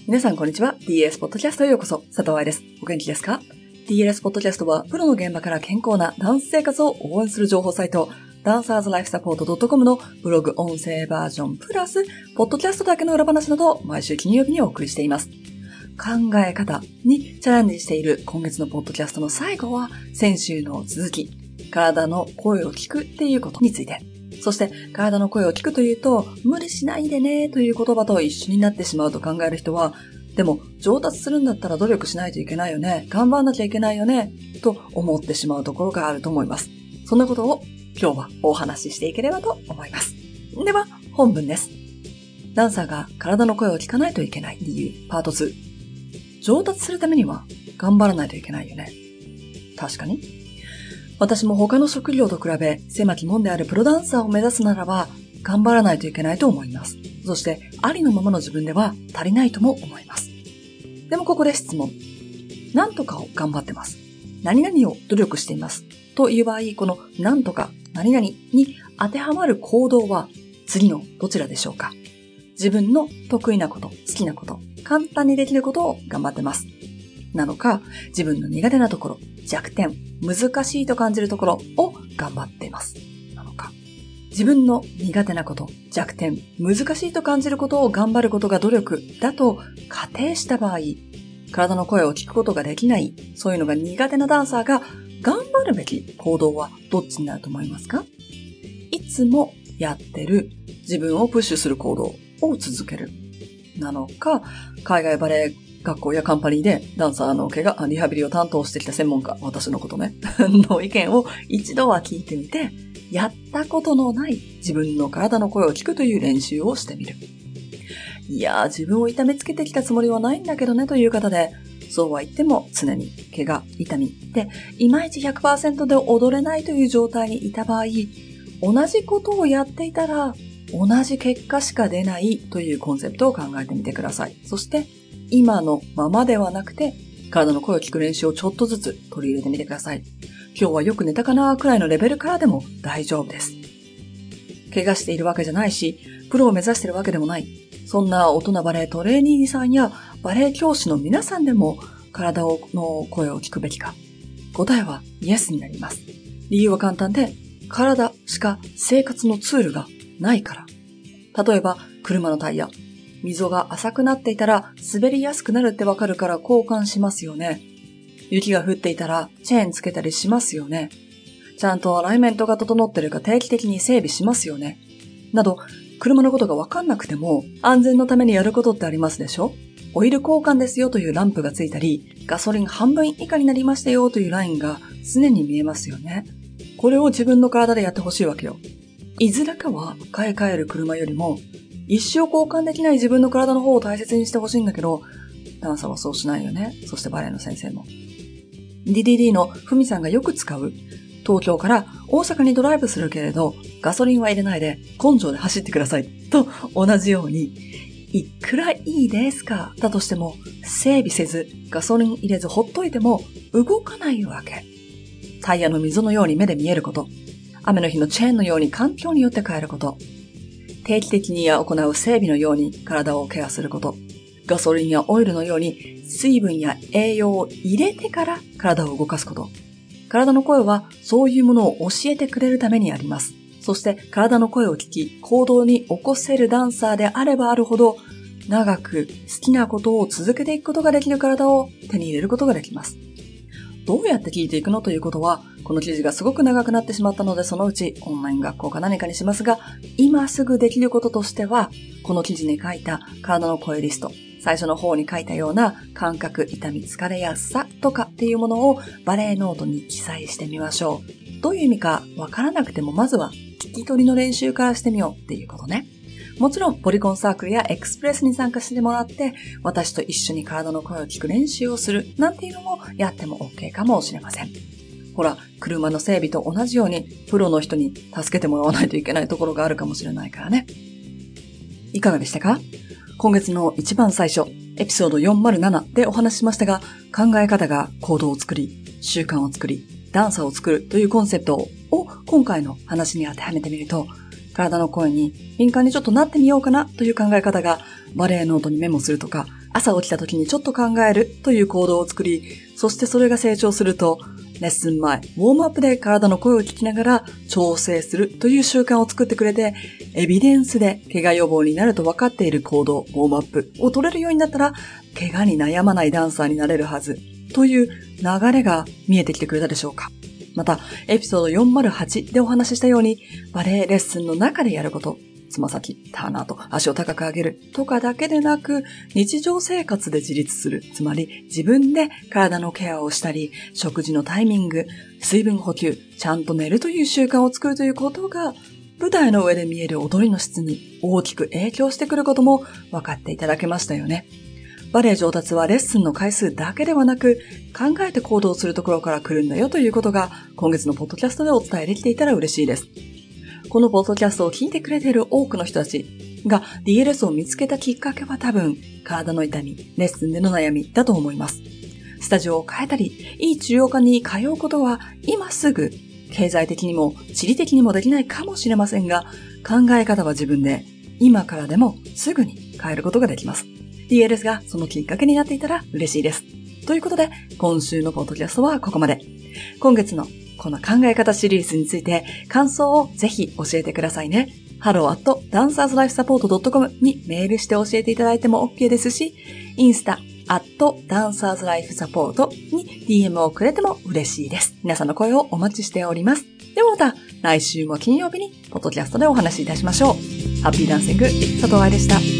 皆さんこんにちは。DLS ポッドキャストへようこそ。佐藤愛です。お元気ですか？ DLS ポッドキャストはプロの現場から健康なダンス生活を応援する情報サイト、ダンサーズライフサポート .com のブログ音声バージョンプラス、ポッドキャストだけの裏話などを毎週金曜日にお送りしています。考え方にチャレンジしている今月のポッドキャストの最後は、先週の続き、体の声を聞くっていうことについて。そして体の声を聞くというと、無理しないでねという言葉と一緒になってしまうと考える人は、でも上達するんだったら努力しないといけないよね、頑張んなきゃいけないよねと思ってしまうところがあると思います。そんなことを今日はお話ししていければと思います。では本文です。ダンサーが体の声を聞かないといけない理由パート2。上達するためには頑張らないといけないよね。確かに私も他の職業と比べ狭き門であるプロダンサーを目指すならば頑張らないといけないと思います。そしてありのままの自分では足りないとも思います。でもここで質問。何とかを頑張ってます。何々を努力しています。という場合、この何とか何々に当てはまる行動は次のどちらでしょうか？自分の得意なこと、好きなこと、簡単にできることを頑張ってます。なのか、自分の苦手なところ、弱点、難しいと感じるところを頑張っています。なのか、自分の苦手なこと、弱点、難しいと感じることを頑張ることが努力だと仮定した場合、体の声を聞くことができない、そういうのが苦手なダンサーが頑張るべき行動はどっちになると思いますか？いつもやってる自分をプッシュする行動を続ける。なのか、海外バレエ学校やカンパニーでダンサーのリハビリを担当してきた専門家、私のことね、の意見を一度は聞いてみて、やったことのない自分の体の声を聞くという練習をしてみる。いやー、自分を痛めつけてきたつもりはないんだけどねという方で、そうは言っても常に怪我、痛みで、いまいち 100% で踊れないという状態にいた場合、同じことをやっていたら、同じ結果しか出ないというコンセプトを考えてみてください。そして、今のままではなくて、体の声を聞く練習をちょっとずつ取り入れてみてください。今日はよく寝たかなくらいのレベルからでも大丈夫です。怪我しているわけじゃないし、プロを目指しているわけでもない。そんな大人バレエトレーニーさんやバレエ教師の皆さんでも体の声を聞くべきか。答えはイエスになります。理由は簡単で、体しか生活のツールがないから。例えば、車のタイヤ。溝が浅くなっていたら滑りやすくなるってわかるから交換しますよね。雪が降っていたらチェーンつけたりしますよね。ちゃんとアライメントが整ってるか定期的に整備しますよね。など、車のことがわかんなくても安全のためにやることってありますでしょ？オイル交換ですよというランプがついたり、ガソリン半分以下になりましたよというラインが常に見えますよね。これを自分の体でやってほしいわけよ。いずれかは買い替える車よりも一生交換できない自分の体の方を大切にしてほしいんだけど、ダンサーはそうしないよね。そしてバレエの先生も。DDD のふみさんがよく使う、東京から大阪にドライブするけれど、ガソリンは入れないで根性で走ってくださいと同じように、いくらいいですかだとしても、整備せずガソリン入れずほっといても動かないわけ。タイヤの溝のように目で見えること、雨の日のチェーンのように環境によって変えること、定期的に行う整備のように体をケアすること。ガソリンやオイルのように水分や栄養を入れてから体を動かすこと。体の声はそういうものを教えてくれるためにあります。そして体の声を聞き行動に起こせるダンサーであればあるほど長く好きなことを続けていくことができる体を手に入れることができます。どうやって聞いていくのということは、この記事がすごく長くなってしまったのでそのうちオンライン学校か何かにしますが、今すぐできることとしては、この記事に書いた体の声リスト、最初の方に書いたような感覚、痛み、疲れやすさとかっていうものをバレエノートに記載してみましょう。どういう意味かわからなくてもまずは聞き取りの練習からしてみようっていうことね。もちろんポリコンサークルやエクスプレスに参加してもらって私と一緒に体の声を聞く練習をするなんていうのもやっても OK かもしれません。ほら、車の整備と同じようにプロの人に助けてもらわないといけないところがあるかもしれないからね。いかがでしたか？今月の一番最初、エピソード407でお話ししましたが、考え方が行動を作り、習慣を作り、ダンサーを作るというコンセプトを今回の話に当てはめてみると、体の声に敏感にちょっとなってみようかなという考え方がバレエノートにメモするとか、 朝起きた時にちょっと考えるという行動を作り、そしてそれが成長すると、レッスン前、ウォームアップで体の声を聞きながら調整するという習慣を作ってくれて、エビデンスで怪我予防になると分かっている行動、ウォームアップを取れるようになったら、怪我に悩まないダンサーになれるはずという流れが見えてきてくれたでしょうか。また、エピソード408でお話ししたように、バレエレッスンの中でやること、つま先、ターナーと足を高く上げるとかだけでなく、日常生活で自立する。つまり自分で体のケアをしたり、食事のタイミング、水分補給、ちゃんと寝るという習慣を作るということが、舞台の上で見える踊りの質に大きく影響してくることも分かっていただけましたよね。バレエ上達はレッスンの回数だけではなく、考えて行動するところから来るんだよということが、今月のポッドキャストでお伝えできていたら嬉しいです。このポッドキャストを聞いてくれている多くの人たちが DLS を見つけたきっかけは多分、体の痛み、レッスンでの悩みだと思います。スタジオを変えたり、いい治療科に通うことは今すぐ、経済的にも地理的にもできないかもしれませんが、考え方は自分で、今からでもすぐに変えることができます。DLS がそのきっかけになっていたら嬉しいです。ということで、今週のポッドキャストはここまで。今月のこの考え方シリーズについて感想をぜひ教えてくださいね。hello@dancerslifesupport.com にメールして教えていただいても OK ですし、インスタ@dancerslifesupport に DM をくれても嬉しいです。皆さんの声をお待ちしております。ではまた来週も金曜日にポッドキャストでお話しいたしましょう。ハッピーダンシング佐藤愛でした。